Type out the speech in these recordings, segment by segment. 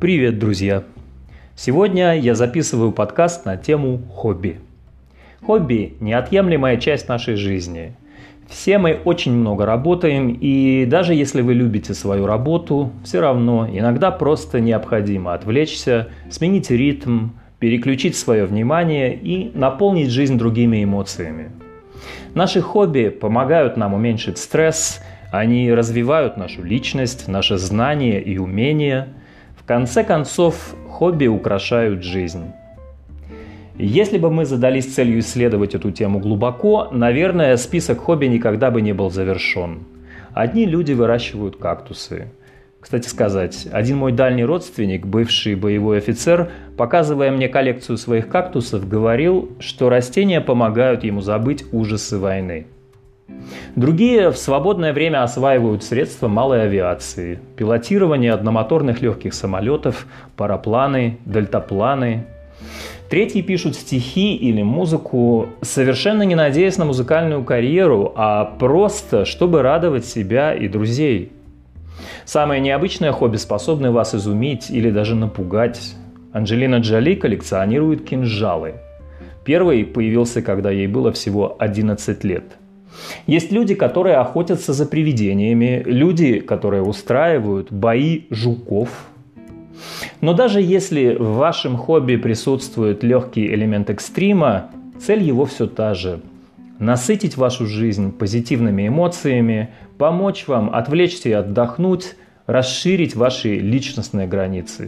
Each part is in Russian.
Привет, друзья! Сегодня я записываю подкаст на тему хобби. Хобби – неотъемлемая часть нашей жизни. Все мы очень много работаем, и даже если вы любите свою работу, все равно иногда просто необходимо отвлечься, сменить ритм, переключить свое внимание и наполнить жизнь другими эмоциями. Наши хобби помогают нам уменьшить стресс, они развивают нашу личность, наши знания и умения. В конце концов, хобби украшают жизнь. Если бы мы задались целью исследовать эту тему глубоко, наверное, список хобби никогда бы не был завершен. Одни люди выращивают кактусы. Кстати сказать, один мой дальний родственник, бывший боевой офицер, показывая мне коллекцию своих кактусов, говорил, что растения помогают ему забыть ужасы войны. Другие в свободное время осваивают средства малой авиации, пилотирование одномоторных легких самолетов, парапланы, дельтапланы. Третьи пишут стихи или музыку, совершенно не надеясь на музыкальную карьеру, а просто, чтобы радовать себя и друзей. Самое необычное хобби способны вас изумить или даже напугать. Анджелина Джоли коллекционирует кинжалы. Первый появился, когда ей было всего 11 лет. Есть люди, которые охотятся за привидениями, люди, которые устраивают бои жуков. Но даже если в вашем хобби присутствует легкий элемент экстрима, цель его все та же – насытить вашу жизнь позитивными эмоциями, помочь вам отвлечься и отдохнуть, расширить ваши личностные границы.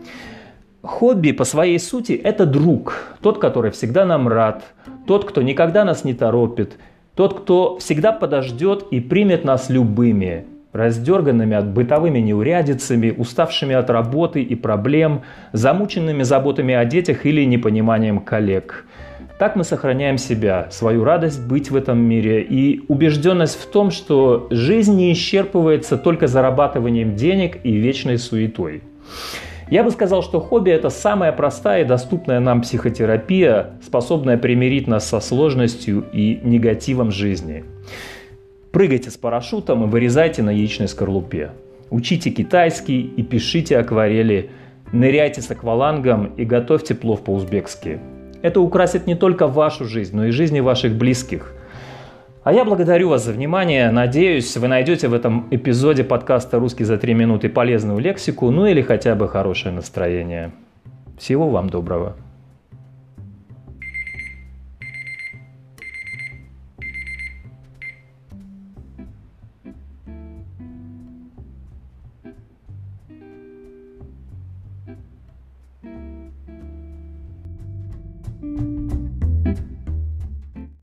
Хобби по своей сути – это друг, тот, который всегда нам рад, тот, кто никогда нас не торопит, тот, кто всегда подождет и примет нас любыми, раздерганными от бытовыми неурядицами, уставшими от работы и проблем, замученными заботами о детях или непониманием коллег. Так мы сохраняем себя, свою радость быть в этом мире и убежденность в том, что жизнь не исчерпывается только зарабатыванием денег и вечной суетой. Я бы сказал, что хобби – это самая простая и доступная нам психотерапия, способная примирить нас со сложностью и негативом жизни. Прыгайте с парашютом и вырезайте на яичной скорлупе. Учите китайский и пишите акварели. Ныряйте с аквалангом и готовьте плов по-узбекски. Это украсит не только вашу жизнь, но и жизни ваших близких. А я благодарю вас за внимание. Надеюсь, вы найдете в этом эпизоде подкаста «Русский за 3 минуты» полезную лексику, ну или хотя бы хорошее настроение. Всего вам доброго.